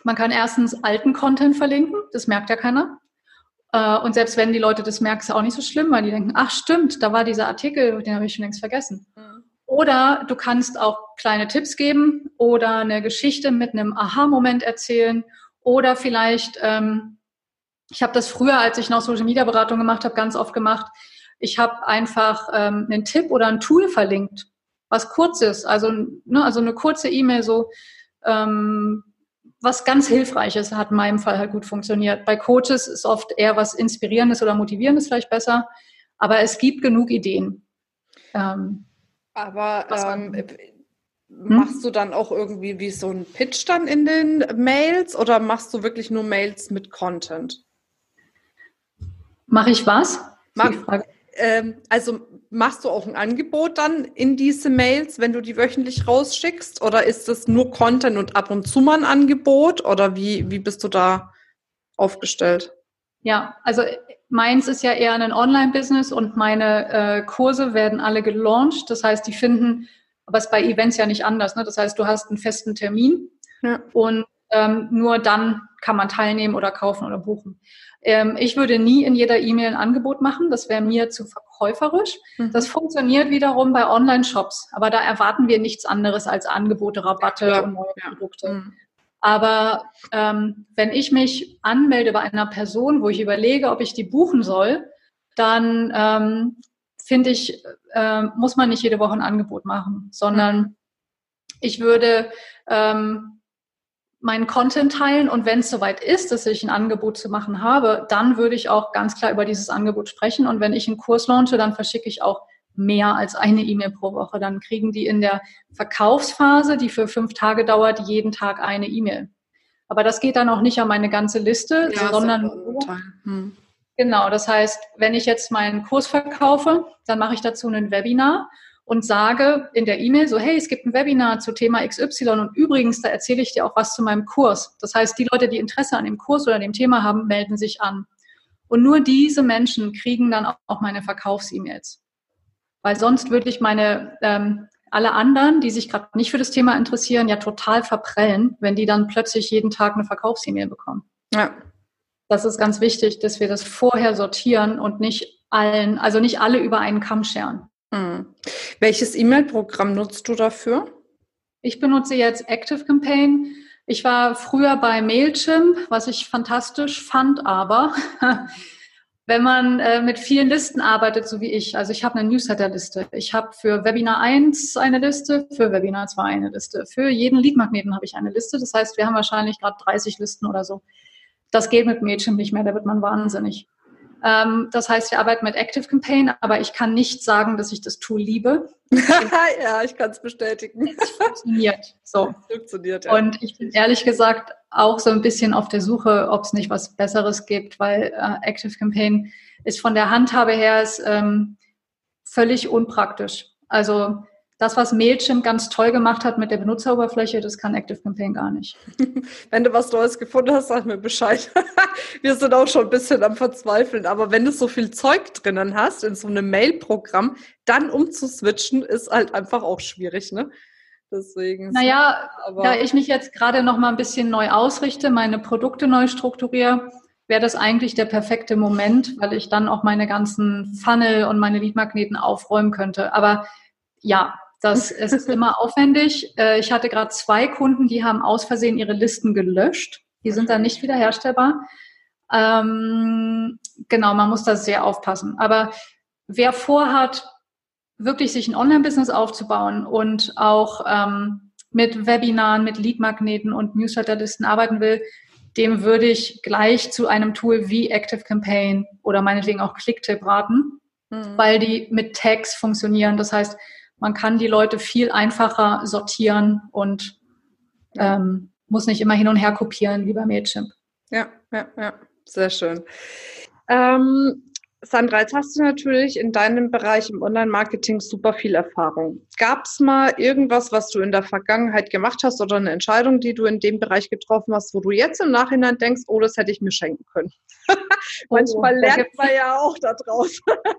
Speaker 2: Man kann erstens alten Content verlinken, das merkt ja keiner. Und selbst wenn die Leute das merken, ist es auch nicht so schlimm, weil die denken, ach stimmt, da war dieser Artikel, den habe ich schon längst vergessen. Mhm. Oder du kannst auch kleine Tipps geben oder eine Geschichte mit einem Aha-Moment erzählen oder vielleicht, ähm, ich habe das früher, als ich noch Social-Media-Beratung gemacht habe, ganz oft gemacht, ich habe einfach ähm, einen Tipp oder ein Tool verlinkt, was kurz ist, also, ne, also eine kurze E-Mail so, ähm, was ganz Hilfreiches, hat in meinem Fall halt gut funktioniert. Bei Coaches ist oft eher was Inspirierendes oder Motivierendes vielleicht besser, aber es gibt genug Ideen. Ähm,
Speaker 1: aber ähm, hm? machst du dann auch irgendwie wie so einen Pitch dann in den Mails oder machst du wirklich nur Mails mit Content?
Speaker 2: Mache ich was?
Speaker 1: Mach, ähm, also machst du auch ein Angebot dann in diese Mails, wenn du die wöchentlich rausschickst? Oder ist das nur Content und ab und zu mal ein Angebot? Oder wie, wie bist du da aufgestellt?
Speaker 2: Ja, also meins ist ja eher ein Online-Business und meine äh, Kurse werden alle gelauncht. Das heißt, die finden, aber es ist bei Events ja nicht anders. Ne? Das heißt, du hast einen festen Termin ja. und ähm, nur dann kann man teilnehmen oder kaufen oder buchen. Ähm, ich würde nie in jeder E-Mail ein Angebot machen. Das wäre mir zu verkäuferisch. Mhm. Das funktioniert wiederum bei Online-Shops. Aber da erwarten wir nichts anderes als Angebote, Rabatte ja, und neue ja. Produkte. Mhm. Aber ähm, wenn ich mich anmelde bei einer Person, wo ich überlege, ob ich die buchen soll, dann ähm, finde ich, äh, muss man nicht jede Woche ein Angebot machen, sondern mhm. ich würde ähm, meinen Content teilen und wenn es soweit ist, dass ich ein Angebot zu machen habe, dann würde ich auch ganz klar über dieses Angebot sprechen. Und wenn ich einen Kurs launche, dann verschicke ich auch mehr als eine E-Mail pro Woche. Dann kriegen die in der Verkaufsphase, die für fünf Tage dauert, jeden Tag eine E-Mail. Aber das geht dann auch nicht an meine ganze Liste, ja, sondern hm. genau. Das heißt, wenn ich jetzt meinen Kurs verkaufe, dann mache ich dazu ein Webinar und sage in der E-Mail so, hey, es gibt ein Webinar zu Thema X Y und übrigens, da erzähle ich dir auch was zu meinem Kurs. Das heißt, die Leute, die Interesse an dem Kurs oder dem Thema haben, melden sich an. Und nur diese Menschen kriegen dann auch meine Verkaufs-E-Mails. Weil sonst würde ich meine, ähm, alle anderen, die sich gerade nicht für das Thema interessieren, ja total verprellen, wenn die dann plötzlich jeden Tag eine Verkaufs-E-Mail bekommen. Ja. Das ist ganz wichtig, dass wir das vorher sortieren und nicht allen, also nicht alle über einen Kamm scheren.
Speaker 1: Hm. Welches E-Mail-Programm nutzt du dafür?
Speaker 2: Ich benutze jetzt ActiveCampaign. Ich war früher bei Mailchimp, was ich fantastisch fand, aber wenn man äh, mit vielen Listen arbeitet, so wie ich, also ich habe eine Newsletter-Liste. Ich habe für Webinar eins eine Liste, für Webinar zwei eine Liste. Für jeden Lead-Magneten habe ich eine Liste. Das heißt, wir haben wahrscheinlich gerade dreißig Listen oder so. Das geht mit Mailchimp nicht mehr, da wird man wahnsinnig. Ähm, das heißt, wir arbeiten mit ActiveCampaign, aber ich kann nicht sagen, dass ich das Tool liebe.
Speaker 1: Ja, ich kann es bestätigen.
Speaker 2: Es funktioniert. So.
Speaker 1: Es funktioniert, ja.
Speaker 2: Und ich bin ehrlich gesagt auch so ein bisschen auf der Suche, ob es nicht was Besseres gibt, weil äh, ActiveCampaign ist von der Handhabe her ist, ähm, völlig unpraktisch. Also das, was Mailchimp ganz toll gemacht hat mit der Benutzeroberfläche, das kann ActiveCampaign gar nicht.
Speaker 1: Wenn du was Neues gefunden hast, sag mir Bescheid. Wir sind auch schon ein bisschen am Verzweifeln. Aber wenn du so viel Zeug drinnen hast in so einem Mail-Programm, dann umzuswitchen, ist halt einfach auch schwierig, ne? Deswegen.
Speaker 2: Naja, aber da ich mich jetzt gerade noch mal ein bisschen neu ausrichte, meine Produkte neu strukturiere, wäre das eigentlich der perfekte Moment, weil ich dann auch meine ganzen Funnel und meine Leadmagneten aufräumen könnte. Aber ja, das es ist immer aufwendig. Ich hatte gerade zwei Kunden, die haben aus Versehen ihre Listen gelöscht. Die sind dann nicht wiederherstellbar. Ähm, genau, man muss da sehr aufpassen. Aber wer vorhat, wirklich sich ein Online-Business aufzubauen und auch ähm, mit Webinaren, mit Leadmagneten und Newsletterlisten arbeiten will, dem würde ich gleich zu einem Tool wie ActiveCampaign oder meinetwegen auch Clicktip raten, mhm. weil die mit Tags funktionieren. Das heißt, man kann die Leute viel einfacher sortieren und ähm, muss nicht immer hin und her kopieren wie bei Mailchimp.
Speaker 1: Ja, ja, ja, sehr schön. Ähm, Sandra, jetzt hast du natürlich in deinem Bereich im Online-Marketing super viel Erfahrung. Gab es mal irgendwas, was du in der Vergangenheit gemacht hast oder eine Entscheidung, die du in dem Bereich getroffen hast, wo du jetzt im Nachhinein denkst, oh, das hätte ich mir schenken können? Manchmal oh, lernt man ja auch da draus.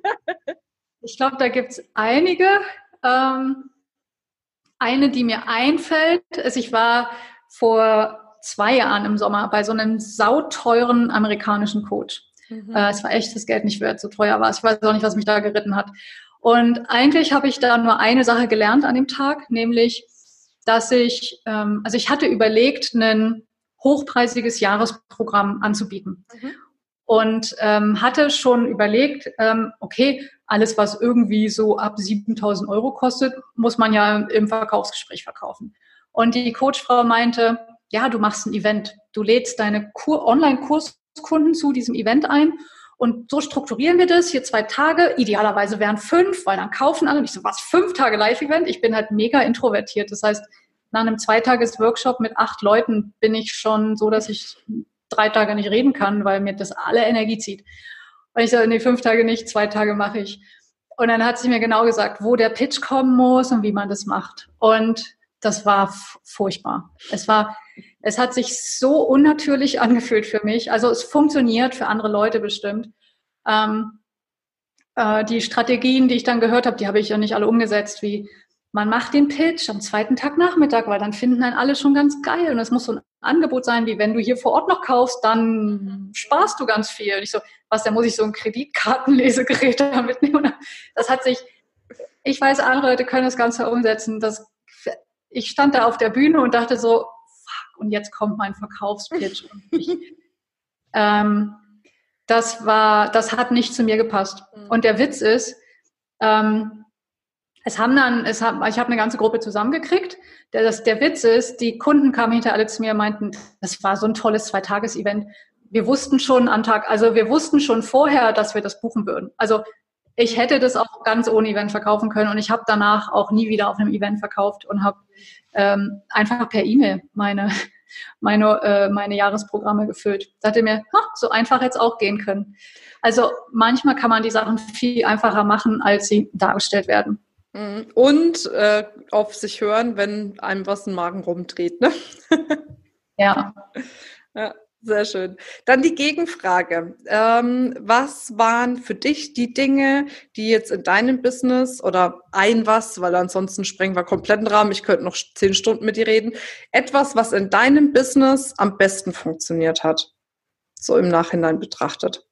Speaker 2: Ich glaube, da gibt es einige. Ähm, eine, die mir einfällt, ist, ich war vor zwei Jahren im Sommer bei so einem sauteuren amerikanischen Coach. Mhm. Äh, es war echt das Geld nicht wert, so teuer war es. Ich weiß auch nicht, was mich da geritten hat. Und eigentlich habe ich da nur eine Sache gelernt an dem Tag, nämlich, dass ich, ähm, also ich hatte überlegt, ein hochpreisiges Jahresprogramm anzubieten. Mhm. Und ähm, hatte schon überlegt, ähm, okay, alles, was irgendwie so ab siebentausend Euro kostet, muss man ja im Verkaufsgespräch verkaufen. Und die Coachfrau meinte, ja, du machst ein Event. Du lädst deine Kur- Online-Kurskunden zu diesem Event ein und so strukturieren wir das. Hier zwei Tage, idealerweise wären fünf, weil dann kaufen alle. Und ich so, was, fünf Tage Live-Event? Ich bin halt mega introvertiert. Das heißt, nach einem Zweitages-Workshop mit acht Leuten bin ich schon so, dass ich drei Tage nicht reden kann, weil mir das alle Energie zieht. Und ich so, nee, fünf Tage nicht, zwei Tage mache ich. Und dann hat sie mir genau gesagt, wo der Pitch kommen muss und wie man das macht. Und das war f- furchtbar. Es war, es hat sich so unnatürlich angefühlt für mich. Also es funktioniert für andere Leute bestimmt. Ähm, äh, die Strategien, die ich dann gehört habe, die habe ich ja nicht alle umgesetzt, wie man macht den Pitch am zweiten Tag Nachmittag, weil dann finden einen alle schon ganz geil. Und es muss so ein Angebot sein, wie wenn du hier vor Ort noch kaufst, dann sparst du ganz viel. Und ich so, was, da muss ich so ein Kreditkartenlesegerät da mitnehmen. Das hat sich, ich weiß, andere Leute können das Ganze umsetzen. Das, ich stand da auf der Bühne und dachte so, fuck, und jetzt kommt mein Verkaufspitch. Und ich, ähm, das war, das hat nicht zu mir gepasst. Und der Witz ist, ähm, Es haben dann, es haben, ich habe eine ganze Gruppe zusammengekriegt. Der, das, der Witz ist, die Kunden kamen hinter alle zu mir und meinten, das war so ein tolles Zweitages-Event. Wir wussten schon am Tag, also wir wussten schon vorher, dass wir das buchen würden. Also ich hätte das auch ganz ohne Event verkaufen können und ich habe danach auch nie wieder auf einem Event verkauft und habe ähm, einfach per E-Mail meine meine äh, meine Jahresprogramme gefüllt. Da dachte mir, ha, so einfach hätte es auch gehen können. Also manchmal kann man die Sachen viel einfacher machen, als sie dargestellt werden.
Speaker 1: Und äh, auf sich hören, wenn einem was im Magen rumdreht, ne?
Speaker 2: Ja.
Speaker 1: Ja, sehr schön. Dann die Gegenfrage. Ähm, was waren für dich die Dinge, die jetzt in deinem Business oder ein was, weil ansonsten sprengen wir komplett den Rahmen, ich könnte noch zehn Stunden mit dir reden, etwas, was in deinem Business am besten funktioniert hat, so im Nachhinein betrachtet?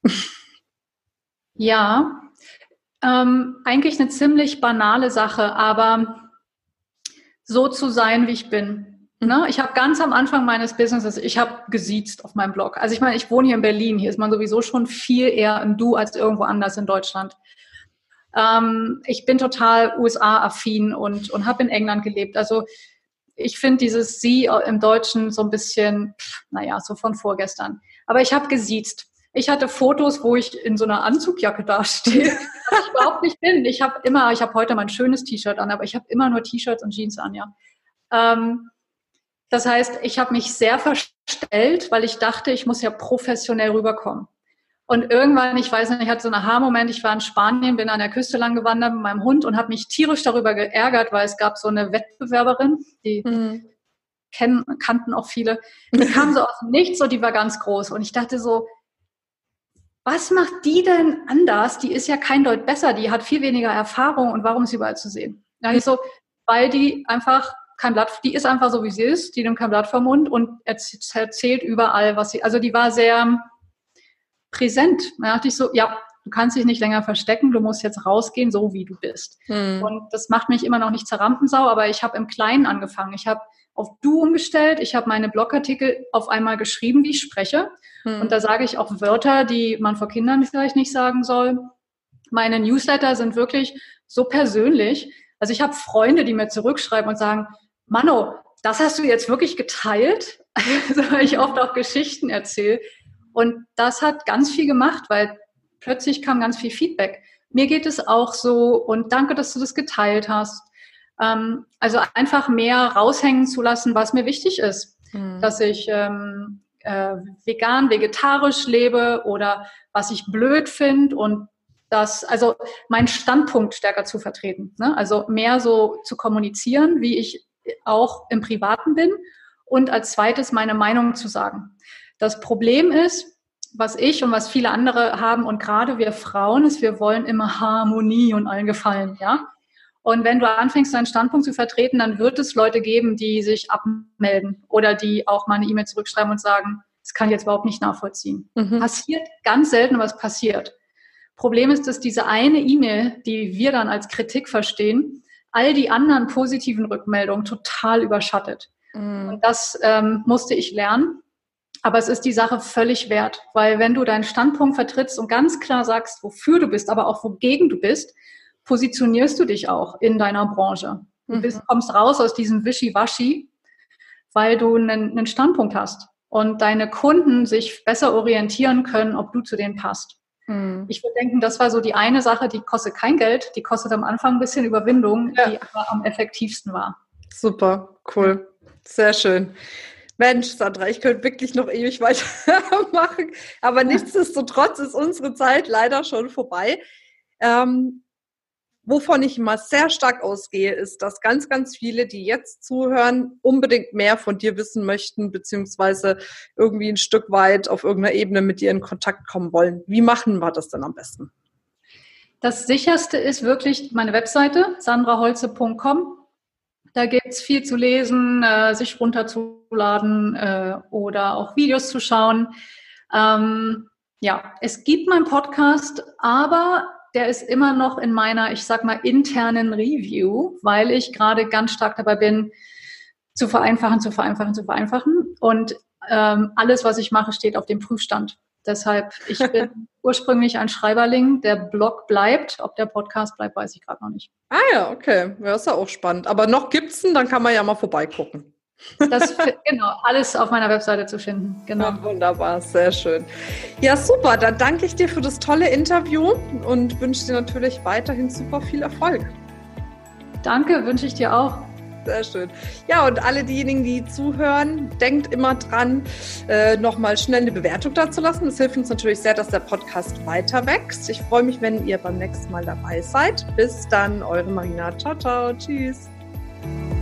Speaker 2: Ja, Ähm, eigentlich eine ziemlich banale Sache, aber so zu sein, wie ich bin. Ne? Ich habe ganz am Anfang meines Businesses, ich habe gesiezt auf meinem Blog. Also ich meine, ich wohne hier in Berlin. Hier ist man sowieso schon viel eher im Du als irgendwo anders in Deutschland. Ähm, ich bin total U S A-affin und, und habe in England gelebt. Also ich finde dieses Sie im Deutschen so ein bisschen, naja, so von vorgestern. Aber ich habe gesiezt. Ich hatte Fotos, wo ich in so einer Anzugjacke dastehe, was ich überhaupt nicht bin. Ich habe immer, ich habe heute mein schönes T-Shirt an, aber ich habe immer nur T-Shirts und Jeans an, ja. Ähm, das heißt, ich habe mich sehr verstellt, weil ich dachte, ich muss ja professionell rüberkommen. Und irgendwann, ich weiß nicht, ich hatte so einen Aha-Moment, ich war in Spanien, bin an der Küste lang gewandert mit meinem Hund und habe mich tierisch darüber geärgert, weil es gab so eine Wettbewerberin, die mhm. kennen, kannten auch viele, die kam so aus dem Nichts und die war ganz groß. Und ich dachte so, was macht die denn anders? Die ist ja kein Deut besser, die hat viel weniger Erfahrung und warum ist sie überall zu sehen? Da ich so, weil die einfach kein Blatt, die ist einfach so, wie sie ist, die nimmt kein Blatt vom Mund und erzählt überall, was sie, also die war sehr präsent. Da dachte ich so, ja, du kannst dich nicht länger verstecken, du musst jetzt rausgehen, so wie du bist. Hm. Und das macht mich immer noch nicht zur Rampensau, aber ich habe im Kleinen angefangen. Ich habe auf Du umgestellt, ich habe meine Blogartikel auf einmal geschrieben, wie ich spreche. Hm. Und da sage ich auch Wörter, die man vor Kindern vielleicht nicht sagen soll. Meine Newsletter sind wirklich so persönlich. Also ich habe Freunde, die mir zurückschreiben und sagen, Mano, das hast du jetzt wirklich geteilt? Also weil ich oft auch Geschichten erzähle. Und das hat ganz viel gemacht, weil plötzlich kam ganz viel Feedback. Mir geht es auch so und danke, dass du das geteilt hast. Ähm, also einfach mehr raushängen zu lassen, was mir wichtig ist. Mhm. Dass ich ähm, äh, vegan, vegetarisch lebe oder was ich blöd finde und das, also meinen Standpunkt stärker zu vertreten. Ne? Also mehr so zu kommunizieren, wie ich auch im Privaten bin und als zweites meine Meinung zu sagen. Das Problem ist, was ich und was viele andere haben und gerade wir Frauen ist, wir wollen immer Harmonie und allen gefallen, ja. Und wenn du anfängst, deinen Standpunkt zu vertreten, dann wird es Leute geben, die sich abmelden oder die auch mal eine E-Mail zurückschreiben und sagen, das kann ich jetzt überhaupt nicht nachvollziehen. Mhm. Passiert ganz selten, was passiert. Problem ist, dass diese eine E-Mail, die wir dann als Kritik verstehen, all die anderen positiven Rückmeldungen total überschattet. Mhm. Und das ähm, musste ich lernen. Aber es ist die Sache völlig wert, weil wenn du deinen Standpunkt vertrittst und ganz klar sagst, wofür du bist, aber auch wogegen du bist, positionierst du dich auch in deiner Branche. Du bist, kommst raus aus diesem Wischiwaschi, weil du einen, einen Standpunkt hast und deine Kunden sich besser orientieren können, ob du zu denen passt. Mhm. Ich würde denken, das war so die eine Sache, die kostet kein Geld, die kostet am Anfang ein bisschen Überwindung, ja. die aber am effektivsten war.
Speaker 1: Super, cool, sehr schön. Mensch, Sandra, ich könnte wirklich noch ewig weitermachen, aber ja. nichtsdestotrotz ist unsere Zeit leider schon vorbei. Ähm, Wovon ich immer sehr stark ausgehe, ist, dass ganz, ganz viele, die jetzt zuhören, unbedingt mehr von dir wissen möchten, beziehungsweise irgendwie ein Stück weit auf irgendeiner Ebene mit dir in Kontakt kommen wollen. Wie machen wir das denn am besten?
Speaker 2: Das Sicherste ist wirklich meine Webseite, sandra holze punkt com. Da gibt's viel zu lesen, äh, sich runterzuladen äh, oder auch Videos zu schauen. Ähm, ja, es gibt meinen Podcast, aber der ist immer noch in meiner, ich sag mal, internen Review, weil ich gerade ganz stark dabei bin, zu vereinfachen, zu vereinfachen, zu vereinfachen. Und ähm, alles, was ich mache, steht auf dem Prüfstand. Deshalb, ich bin ursprünglich ein Schreiberling. Der Blog bleibt. Ob der Podcast bleibt, weiß ich gerade noch nicht.
Speaker 1: Ah ja, okay. Ja, ist ja auch spannend. Aber noch gibt's ihn, dann kann man ja mal vorbeigucken.
Speaker 2: Das, genau, alles auf meiner Webseite zu finden. Genau.
Speaker 1: Ja, wunderbar, sehr schön. Ja, super. Dann danke ich dir für das tolle Interview und wünsche dir natürlich weiterhin super viel Erfolg.
Speaker 2: Danke, wünsche ich dir auch.
Speaker 1: Sehr schön. Ja, und alle diejenigen, die zuhören, denkt immer dran, äh, nochmal schnell eine Bewertung da zu lassen. Das hilft uns natürlich sehr, dass der Podcast weiter wächst. Ich freue mich, wenn ihr beim nächsten Mal dabei seid. Bis dann, eure Marina. Ciao, ciao. Tschüss.